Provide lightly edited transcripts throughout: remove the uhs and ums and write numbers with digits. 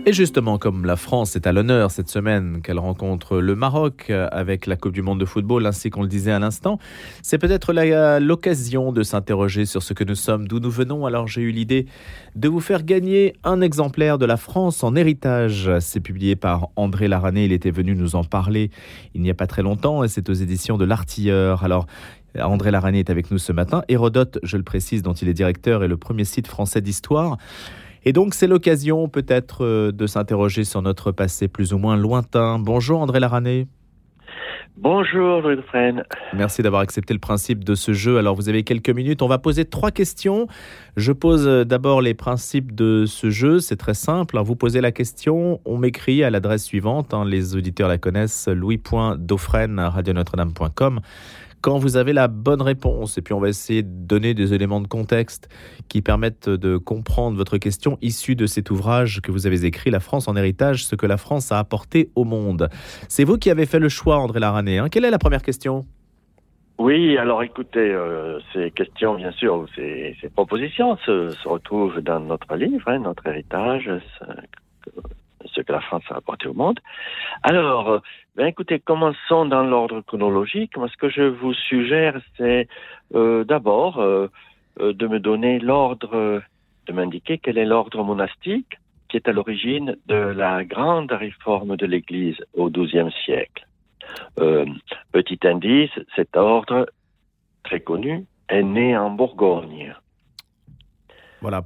Et justement, comme la France est à l'honneur cette semaine, qu'elle rencontre le Maroc avec la Coupe du Monde de football, ainsi qu'on le disait à l'instant, c'est peut-être l'occasion de s'interroger sur ce que nous sommes, d'où nous venons. Alors j'ai eu l'idée de vous faire gagner un exemplaire de La France en héritage. C'est publié par André Larané, il était venu nous en parler il n'y a pas très longtemps et c'est aux éditions de l'Artilleur. Alors André Larané est avec nous ce matin. Hérodote, je le précise, dont il est directeur, est le premier site français d'histoire. Et donc, c'est l'occasion peut-être de s'interroger sur notre passé plus ou moins lointain. Bonjour André Larané. Bonjour Louis Dufresne. Merci d'avoir accepté le principe de ce jeu. Alors, vous avez quelques minutes. On va poser 3 questions. Je pose d'abord les principes de ce jeu. C'est très simple. Vous posez la question, on m'écrit à l'adresse suivante. Les auditeurs la connaissent, louis.dauphren@radionotre-dame.com. Quand vous avez la bonne réponse, et puis on va essayer de donner des éléments de contexte qui permettent de comprendre votre question issue de cet ouvrage que vous avez écrit, La France en héritage, ce que la France a apporté au monde. C'est vous qui avez fait le choix, André Larané. Quelle est la première question ? Oui, alors écoutez, ces questions, bien sûr, ces propositions se retrouvent dans notre livre, notre héritage, ce que la France a apporté au monde. Alors, écoutez, commençons dans l'ordre chronologique. Moi, ce que je vous suggère, c'est d'abord de me donner l'ordre, de m'indiquer quel est l'ordre monastique qui est à l'origine de la grande réforme de l'Église au XIIe siècle. Petit indice, cet ordre, très connu, est né en Bourgogne. Voilà.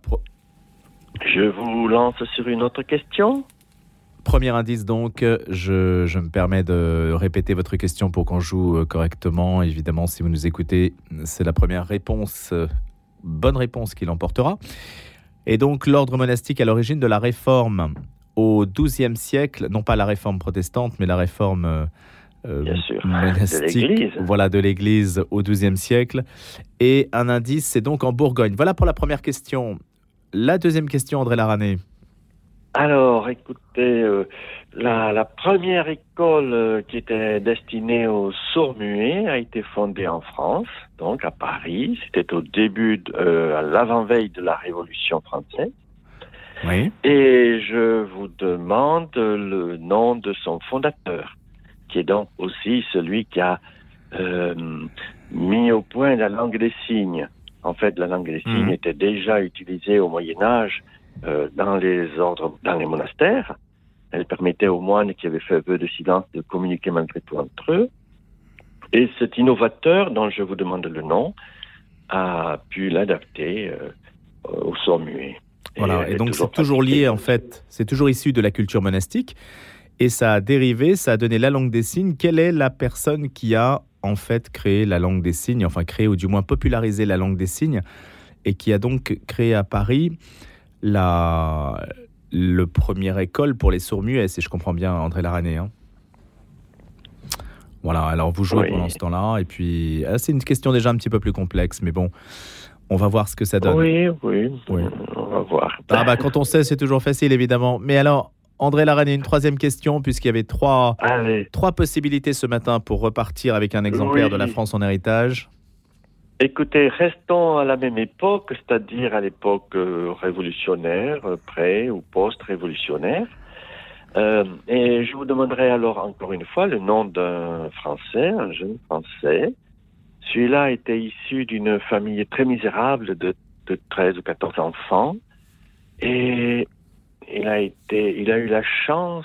Je vous lance sur une autre question. Premier indice donc, je me permets de répéter votre question pour qu'on joue correctement. Évidemment, si vous nous écoutez, c'est la première réponse, bonne réponse qui l'emportera. Et donc, l'ordre monastique à l'origine de la réforme au XIIe siècle, non pas la réforme protestante, mais la réforme monastique, de l'Église au XIIe siècle. Et un indice, c'est donc en Bourgogne. Voilà pour la première question. La deuxième question, André Larané. Alors, écoutez, la première école qui était destinée aux sourds-muets a été fondée en France, donc à Paris. C'était au début, à l'avant-veille de la Révolution française. Oui. Et je vous demande le nom de son fondateur, qui est donc aussi celui qui a mis au point la langue des signes. En fait, la langue des signes était déjà utilisée au Moyen-Âge dans les ordres, dans les monastères. Elle permettait aux moines qui avaient fait vœu de silence de communiquer malgré tout entre eux. Et cet innovateur, dont je vous demande le nom, a pu l'adapter aux sourds-muets. Voilà, et donc c'est toujours lié, en fait, c'est toujours issu de la culture monastique, et ça a dérivé, ça a donné la langue des signes. Quelle est la personne qui a, en fait, créé la langue des signes, enfin créé ou du moins popularisé la langue des signes, et qui a donc créé à Paris le première école pour les sourds-muets, si je comprends bien, André Larané. Voilà, alors vous jouez pendant ce temps-là, et puis c'est une question déjà un petit peu plus complexe, mais bon, on va voir ce que ça donne. Oui, on va voir. Quand on sait, c'est toujours facile, évidemment. Mais alors, André Larané, une troisième question, puisqu'il y avait trois possibilités ce matin pour repartir avec un exemplaire de La France en héritage. Écoutez, restons à la même époque, c'est-à-dire à l'époque révolutionnaire, pré- ou post-révolutionnaire. Et je vous demanderai alors encore une fois le nom d'un Français, un jeune Français. Celui-là était issu d'une famille très misérable de 13 ou 14 enfants. Et il a eu la chance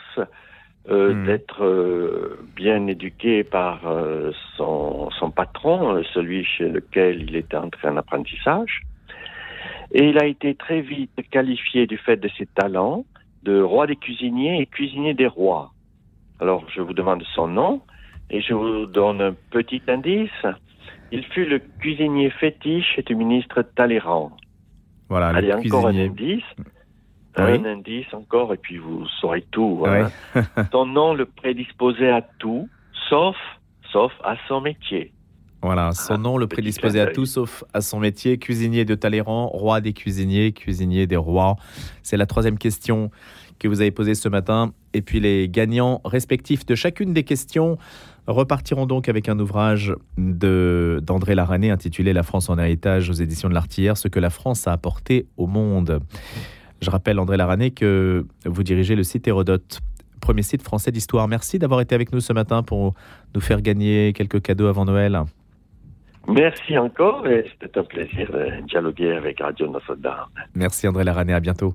d'être bien éduqué par son patron, celui chez lequel il était entré en apprentissage. Et il a été très vite qualifié du fait de ses talents de roi des cuisiniers et cuisinier des rois. Alors, je vous demande son nom et je vous donne un petit indice. Il fut le cuisinier fétiche du ministre Talleyrand. Voilà, allez, encore un indice. Oui. Un indice encore, et puis vous saurez tout. Oui. Son nom le prédisposait à tout, sauf à son métier. Voilà, son nom le prédisposait à tout, sauf à son métier. Cuisinier de Talleyrand, roi des cuisiniers, cuisinier des rois. C'est la troisième question que vous avez posée ce matin. Et puis les gagnants respectifs de chacune des questions repartiront donc avec un ouvrage d'André Larané intitulé « La France en héritage » aux éditions de l'Artilleur, ce que la France a apporté au monde. Je rappelle, André Larané, que vous dirigez le site Hérodote, premier site français d'histoire. Merci d'avoir été avec nous ce matin pour nous faire gagner quelques cadeaux avant Noël. Merci encore et c'était un plaisir de dialoguer avec Radio Notre-Dame. Merci André Larané, à bientôt.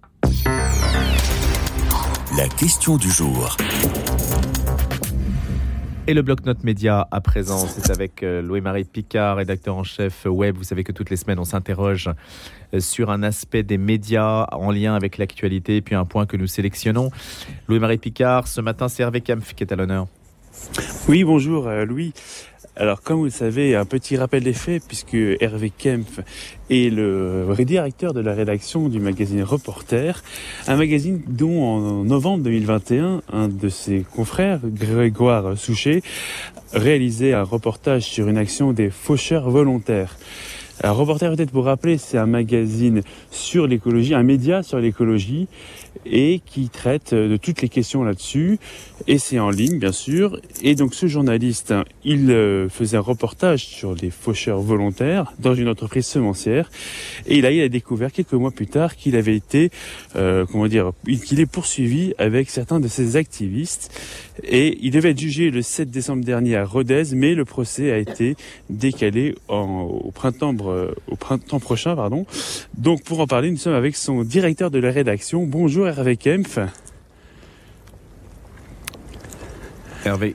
La question du jour. Et le bloc-notes média à présent, c'est avec Louis-Marie Picard, rédacteur en chef web. Vous savez que toutes les semaines, on s'interroge sur un aspect des médias en lien avec l'actualité, et puis un point que nous sélectionnons. Louis-Marie Picard, ce matin, c'est Hervé Kempf qui est à l'honneur. Oui, bonjour Louis. Alors, comme vous le savez, un petit rappel des faits, puisque Hervé Kempf est le directeur de la rédaction du magazine Reporter, un magazine dont en novembre 2021, un de ses confrères, Grégoire Souchet, réalisait un reportage sur une action des faucheurs volontaires. Alors, Reporter, peut-être pour rappeler, c'est un magazine sur l'écologie, un média sur l'écologie, et qui traite de toutes les questions là-dessus, et c'est en ligne bien sûr. Et donc ce journaliste, il faisait un reportage sur les faucheurs volontaires dans une entreprise semencière, et il a découvert quelques mois plus tard qu'il avait été, qu'il est poursuivi avec certains de ses activistes, et il devait être jugé le 7 décembre dernier à Rodez, mais le procès a été décalé au printemps prochain, pardon. Donc pour en parler, nous sommes avec son directeur de la rédaction. Bonjour Hervé Kempf. Hervé.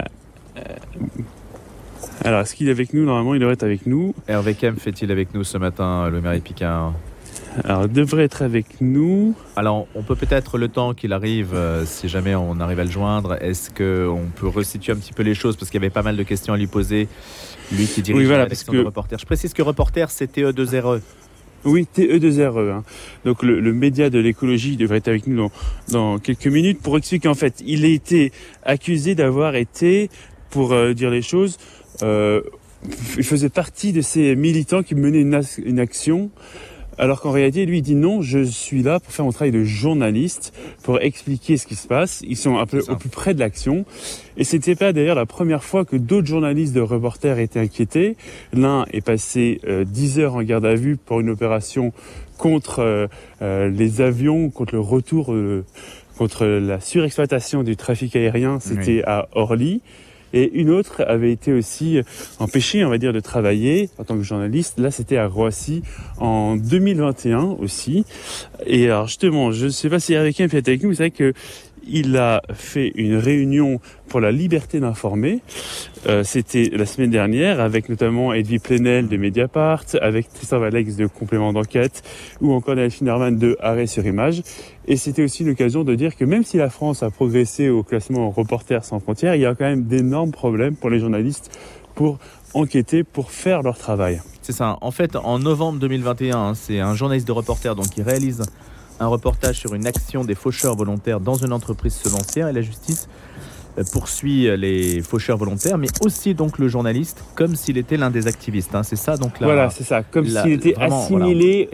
Alors, est-ce qu'il est avec nous? Normalement, il devrait être avec nous. Hervé Kempf est-il avec nous ce matin, Louis-Marie Picard? Alors, il devrait être avec nous. Alors, on peut peut-être, le temps qu'il arrive, si jamais on arrive à le joindre, est-ce qu'on peut resituer un petit peu les choses? Parce qu'il y avait pas mal de questions à lui poser, lui qui dirige la rédaction de Reporter. Je précise que Reporter, c'est TE2RE. Oui, TE2RE. Hein. Donc le média de l'écologie devrait être avec nous dans quelques minutes pour expliquer qu'en fait, il a été accusé d'avoir été, pour dire les choses, il faisait partie de ces militants qui menaient une action, alors qu'en réalité, lui, il dit non, je suis là pour faire mon travail de journaliste, pour expliquer ce qui se passe. Ils sont un peu au plus près de l'action. Et c'était pas d'ailleurs la première fois que d'autres journalistes de Reporter étaient inquiétés. L'un est passé 10 heures en garde à vue pour une opération contre les avions, contre le retour, contre la surexploitation du trafic aérien. C'était à Orly. Et une autre avait été aussi empêchée, on va dire, de travailler en tant que journaliste. Là, c'était à Roissy en 2021 aussi. Et alors justement, je ne sais pas si Hervé Kempf est avec nous, vous savez que il a fait une réunion pour la liberté d'informer. C'était la semaine dernière avec notamment Edwy Plenel de Mediapart, avec Tristan Valex de Complément d'enquête ou encore Delphine Herman de Arrêt sur Image. Et c'était aussi l'occasion de dire que même si la France a progressé au classement Reporters sans frontières, il y a quand même d'énormes problèmes pour les journalistes pour enquêter, pour faire leur travail. C'est ça. En fait, en novembre 2021, c'est un journaliste de Reporter donc, qui réalise un reportage sur une action des faucheurs volontaires dans une entreprise semencière, et la justice poursuit les faucheurs volontaires, mais aussi donc le journaliste, comme s'il était l'un des activistes. Hein. C'est ça donc là. Voilà, c'est ça. Comme s'il était assimilé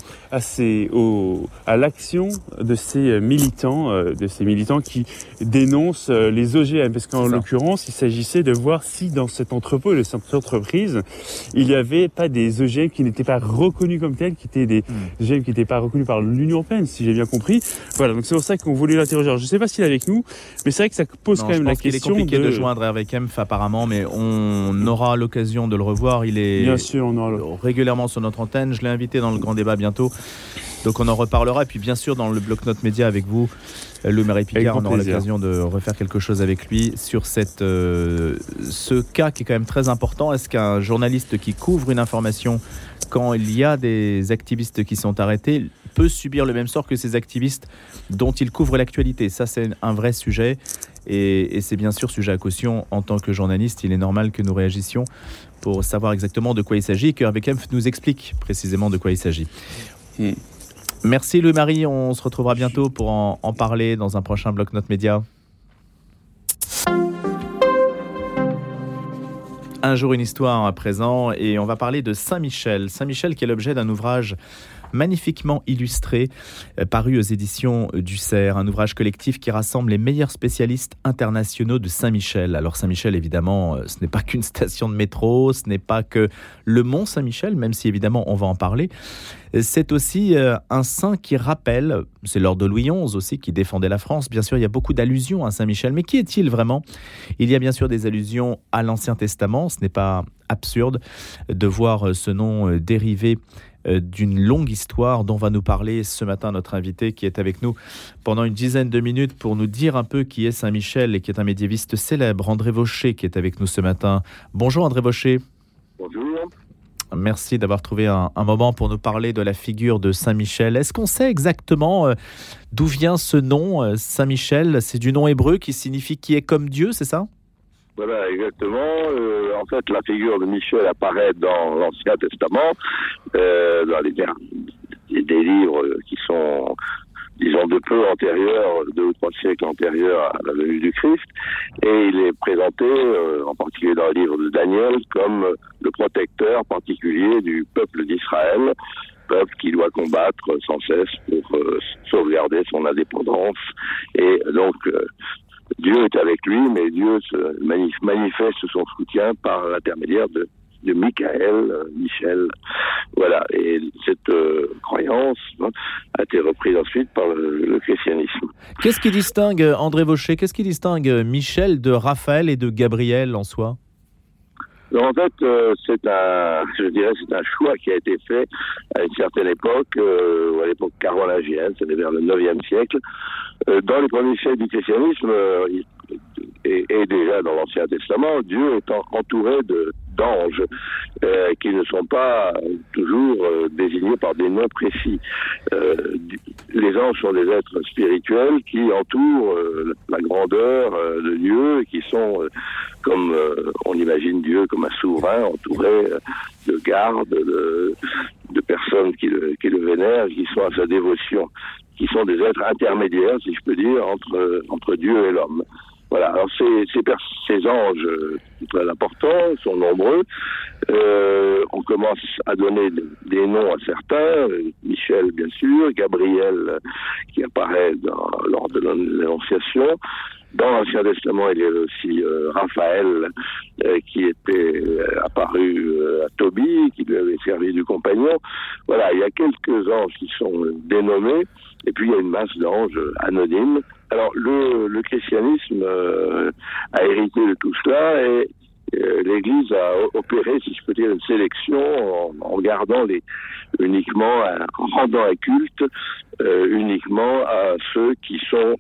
à l'action de ces militants qui dénoncent les OGM. Parce qu'en l'occurrence, il s'agissait de voir si dans cet entrepôt, de cette entreprise, il n'y avait pas des OGM qui n'étaient pas reconnus comme tels, qui étaient des OGM qui n'étaient pas reconnus par l'Union européenne, si j'ai bien compris. Voilà, donc c'est pour ça qu'on voulait l'interroger. Alors, je ne sais pas s'il est avec nous, mais c'est vrai que ça pose quand même la question. Il est compliqué de joindre Hervé Kempf apparemment, mais on aura l'occasion de le revoir. Il est bien sûr, on aura régulièrement sur notre antenne. Je l'ai invité dans le grand débat bientôt. Donc on en reparlera. Et puis bien sûr, dans le bloc-notes média avec vous, Louis-Marie Picard, on aura l'occasion de refaire quelque chose avec lui sur ce cas qui est quand même très important. Est-ce qu'un journaliste qui couvre une information quand il y a des activistes qui sont arrêtés peut subir le même sort que ces activistes dont il couvre l'actualité? Ça, c'est un vrai sujet. Et c'est bien sûr sujet à caution. En tant que journaliste, il est normal que nous réagissions pour savoir exactement de quoi il s'agit et que Hervé Kempf nous explique précisément de quoi il s'agit. Merci Louis-Marie, on se retrouvera bientôt pour en parler dans un prochain bloc-notes média. Un jour une histoire à présent, et on va parler de Saint-Michel. Saint-Michel qui est l'objet d'un ouvrage magnifiquement illustré, paru aux éditions du Cerf, un ouvrage collectif qui rassemble les meilleurs spécialistes internationaux de Saint-Michel. Alors Saint-Michel, évidemment, ce n'est pas qu'une station de métro, ce n'est pas que le Mont Saint-Michel, même si évidemment on va en parler. C'est aussi un saint qui rappelle, c'est l'ordre de Louis XI aussi qui défendait la France. Bien sûr, il y a beaucoup d'allusions à Saint-Michel, mais qui est-il vraiment ? Il y a bien sûr des allusions à l'Ancien Testament. Ce n'est pas absurde de voir ce nom dérivé d'une longue histoire dont va nous parler ce matin notre invité qui est avec nous pendant une dizaine de minutes pour nous dire un peu qui est Saint-Michel et qui est un médiéviste célèbre, André Vaucher, qui est avec nous ce matin. Bonjour André Vaucher. Bonjour. Merci d'avoir trouvé un moment pour nous parler de la figure de Saint-Michel. Est-ce qu'on sait exactement d'où vient ce nom, Saint-Michel ? C'est du nom hébreu qui signifie qui est comme Dieu, c'est ça ? Voilà, exactement. En fait, la figure de Michel apparaît dans l'Ancien Testament, dans des livres qui sont, disons, de peu antérieurs, 2 ou 3 siècles antérieurs à la venue du Christ, et il est présenté, en particulier dans le livre de Daniel, comme le protecteur particulier du peuple d'Israël, peuple qui doit combattre sans cesse pour sauvegarder son indépendance. Et donc, Dieu est avec lui, mais Dieu manifeste son soutien par l'intermédiaire de Michel. Voilà. Et cette croyance a été reprise ensuite par le christianisme. Qu'est-ce qui distingue, André Vaucher, Michel de Raphaël et de Gabriel en soi ? Donc, en fait, c'est un choix qui a été fait à une certaine époque, à l'époque carolingienne, c'était vers le 9e siècle. Dans les premiers siècles du christianisme, et déjà dans l'Ancien Testament, Dieu est entouré d'anges qui ne sont pas toujours désignés par des noms précis. Les anges sont des êtres spirituels qui entourent la grandeur de Dieu, qui sont comme on imagine Dieu comme un souverain entouré de gardes, de personnes qui le vénèrent, qui sont à sa dévotion, qui sont des êtres intermédiaires, si je peux dire, entre Dieu et l'homme. Voilà. Alors ces anges très importants, sont nombreux. On commence à donner des noms à certains. Michel, bien sûr, Gabriel, qui apparaît lors de l'Annonciation. Dans l'Ancien Testament, il y a aussi Raphaël, qui était apparu à Tobie, qui lui avait servi du compagnon. Voilà, il y a quelques anges qui sont dénommés, et puis il y a une masse d'anges anonymes. Alors, le christianisme a hérité de tout cela, et l'Église a opéré, si je peux dire, une sélection en gardant uniquement, en rendant un culte uniquement à ceux qui sont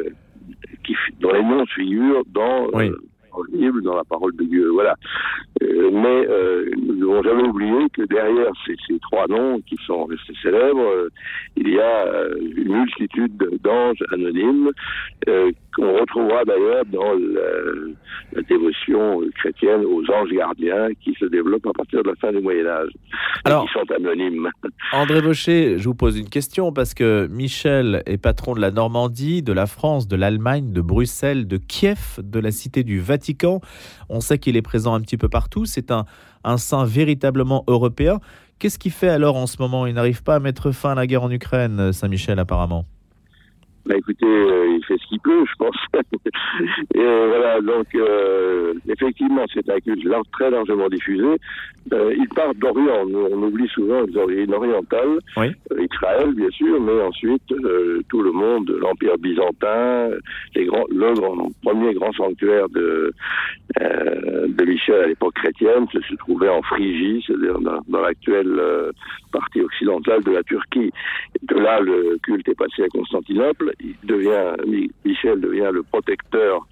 dont les noms figurent dans le Bible, dans la parole de Dieu. Voilà. Mais nous ne devons jamais oublier que derrière ces 3 noms qui sont restés célèbres, il y a une multitude d'anges anonymes qu'on retrouvera d'ailleurs dans la dévotion chrétienne aux anges gardiens qui se développent à partir de la fin du Moyen-Âge. Alors, qui sont anonymes. André Vaucher, je vous pose une question parce que Michel est patron de la Normandie, de la France, de l'Allemagne, de Bruxelles, de Kiev, de la cité du Vatican. On sait qu'il est présent un petit peu partout. C'est un saint véritablement européen. Qu'est-ce qu'il fait alors en ce moment ? Il n'arrive pas à mettre fin à la guerre en Ukraine, Saint-Michel, apparemment. Écoutez, il fait ce qu'il peut, je pense. Et voilà, donc effectivement, c'est un culte très largement diffusé. Il part d'Orient. On oublie souvent les origines orientales. Oui. Israël, bien sûr, mais ensuite tout le monde, l'Empire byzantin, le premier grand sanctuaire de Michel à l'époque chrétienne se trouvait en Phrygie, c'est-à-dire dans l'actuelle partie occidentale de la Turquie. De là, le culte est passé à Constantinople. Michel devient le protecteur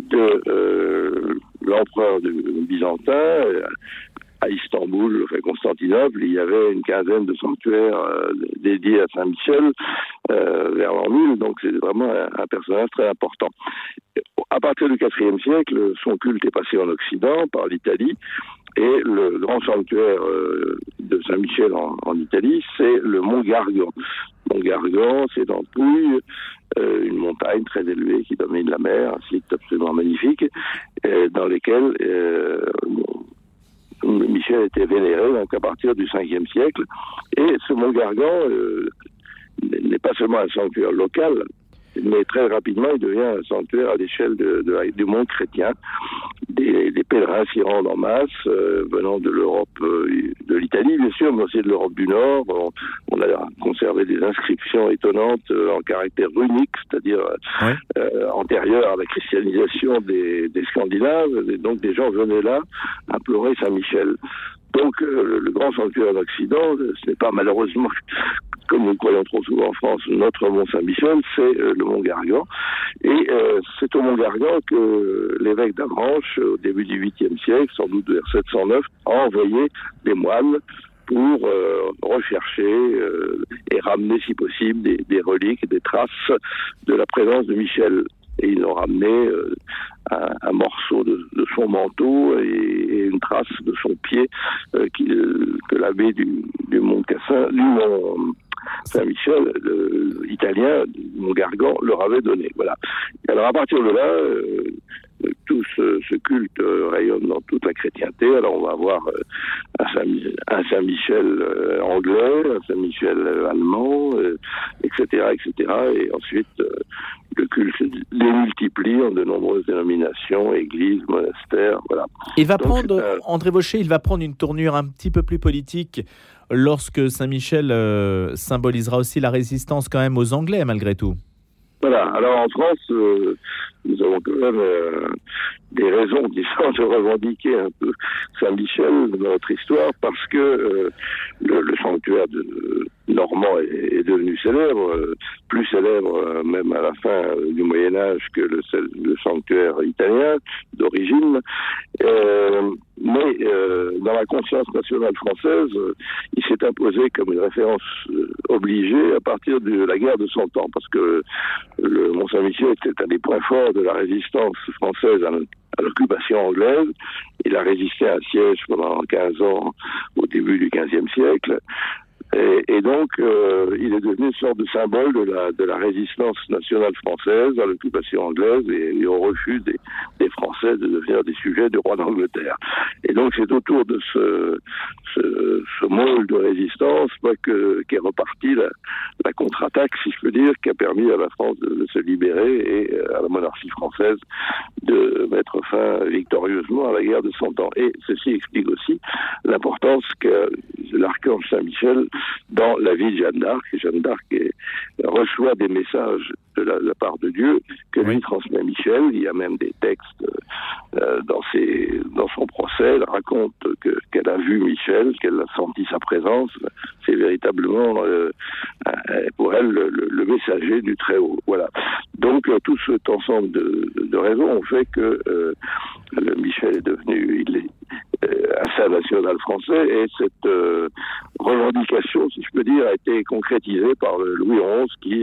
de l'empereur byzantin. À Istanbul, Constantinople, il y avait une quinzaine de sanctuaires dédiés à Saint-Michel vers l'an 1000, donc c'est vraiment un personnage très important. À partir du IVe siècle, son culte est passé en Occident par l'Italie, et le grand sanctuaire de Saint-Michel en Italie, c'est le Mont Gargan. Mont Gargan, c'est en Pouille, une montagne très élevée qui domine la mer, un site absolument magnifique, dans lequel Michel était vénéré donc à partir du 5e siècle. Et ce mont Gargan n'est pas seulement un sanctuaire local, mais très rapidement, il devient un sanctuaire à l'échelle du monde chrétien. Des pèlerins s'y rendent en masse, venant de l'Europe, de l'Italie, bien sûr, mais aussi de l'Europe du Nord. On a conservé des inscriptions étonnantes en caractère runique, c'est-à-dire antérieures à la christianisation des Scandinaves. Et donc, des gens venaient là implorer Saint-Michel. Donc, le grand sanctuaire d'Occident, ce n'est pas malheureusement, comme nous le croyons trop souvent en France, notre mont Saint-Michel, c'est le mont Gargan. Et c'est au mont Gargan que l'évêque d'Avranches, au début du 8e siècle, sans doute vers 709, a envoyé des moines pour rechercher et ramener, si possible, des reliques, des traces de la présence de Michel. Et ils ont ramené un morceau de son manteau et une trace de son pied que l'abbé du mont Cassin, du mont Saint-Michel, italien, du mont Gargan, leur avait donné. Voilà. Alors à partir de là, tout ce culte rayonne dans toute la chrétienté. Alors on va avoir un Saint-Michel anglais, un Saint-Michel allemand, etc., etc. Et ensuite, le culte se démultiplie en de nombreuses dénominations, églises, monastères, voilà. André Vaucher, il va prendre une tournure un petit peu plus politique lorsque Saint-Michel symbolisera aussi la résistance quand même aux Anglais, malgré tout. Voilà. Alors en France, nous avons quand même des raisons, disons, de revendiquer un peu Saint-Michel dans notre histoire, parce que le sanctuaire normand est devenu célèbre, plus célèbre même à la fin du Moyen-Âge que le sanctuaire italien d'origine. Mais dans la conscience nationale française, il s'est imposé comme une référence obligée à partir de la guerre de Cent Ans, parce que le Mont Saint-Michel était un des points forts de la résistance française à l'occupation anglaise. Il a résisté à un siège pendant 15 ans au début du XVe siècle. Et donc, il est devenu une sorte de symbole de la résistance nationale française à l'occupation anglaise et au refus des Français de devenir des sujets du roi d'Angleterre. Et donc, c'est autour de ce môle de résistance qu'est repartie la contre-attaque, si je peux dire, qui a permis à la France de se libérer et à la monarchie française de mettre fin victorieusement à la guerre de Cent Ans. Et ceci explique aussi l'importance que l'archange Saint-Michel dans la vie de Jeanne d'Arc. Jeanne d'Arc reçoit des messages de la part de Dieu que lui transmet Michel. Il y a même des textes dans son procès. Elle raconte qu'elle a vu Michel, qu'elle a senti sa présence. C'est véritablement pour elle le messager du Très-Haut. Voilà. Donc tout cet ensemble de raisons ont fait que Michel est devenu un saint national français, et cette revendication, si je peux dire, a été concrétisée par Louis XI qui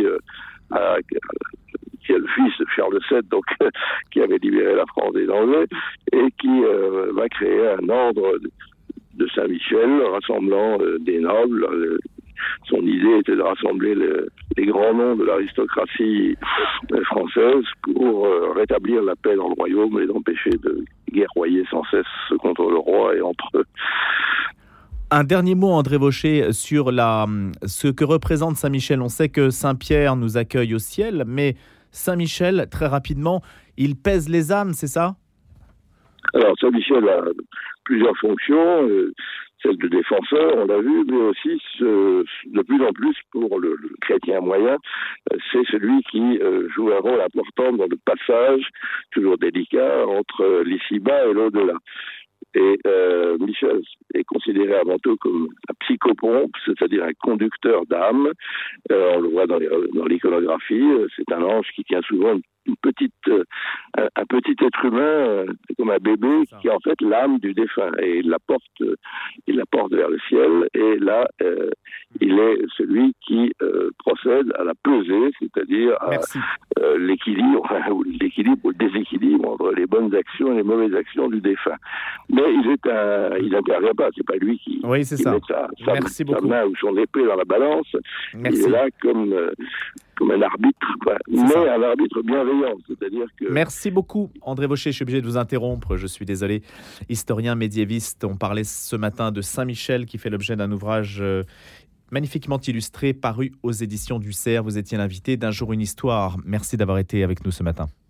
est le fils de Charles VII, donc qui avait libéré la France des Anglais, et qui va créer un ordre de Saint-Michel rassemblant des nobles. Son idée était de rassembler les grands noms de l'aristocratie française pour rétablir la paix dans le royaume et d'empêcher de guerroyer sans cesse contre le roi et entre eux. Un dernier mot, André Vaucher, sur ce que représente Saint-Michel. On sait que Saint-Pierre nous accueille au ciel, mais Saint-Michel, très rapidement, il pèse les âmes, c'est ça ? Alors, Saint-Michel a plusieurs fonctions, celle de défenseur, on l'a vu, mais aussi, de plus en plus, pour le chrétien moyen, c'est celui qui joue un rôle important dans le passage, toujours délicat, entre l'ici-bas et l'au-delà. Et Michel est considéré avant tout comme un psychopompe, c'est-à-dire un conducteur d'âme. On le voit dans l'iconographie. C'est un ange qui tient souvent un petit être humain, comme un bébé, qui est en fait l'âme du défunt. Et il la porte vers le ciel. Et là, il est celui qui procède à la pesée, c'est-à-dire à l'équilibre ou le déséquilibre entre les bonnes actions et les mauvaises actions du défunt. Mais il n'intervient pas, c'est pas lui qui met sa main ou son épée dans la balance. Merci. Il est là comme un arbitre, mais un arbitre bienveillant, c'est-à-dire que... Merci beaucoup, André Vaucher. Je suis obligé de vous interrompre, je suis désolé. Historien médiéviste, on parlait ce matin de Saint-Michel qui fait l'objet d'un ouvrage magnifiquement illustré, paru aux éditions du Cerf. Vous étiez l'invité d'Un jour une histoire. Merci d'avoir été avec nous ce matin.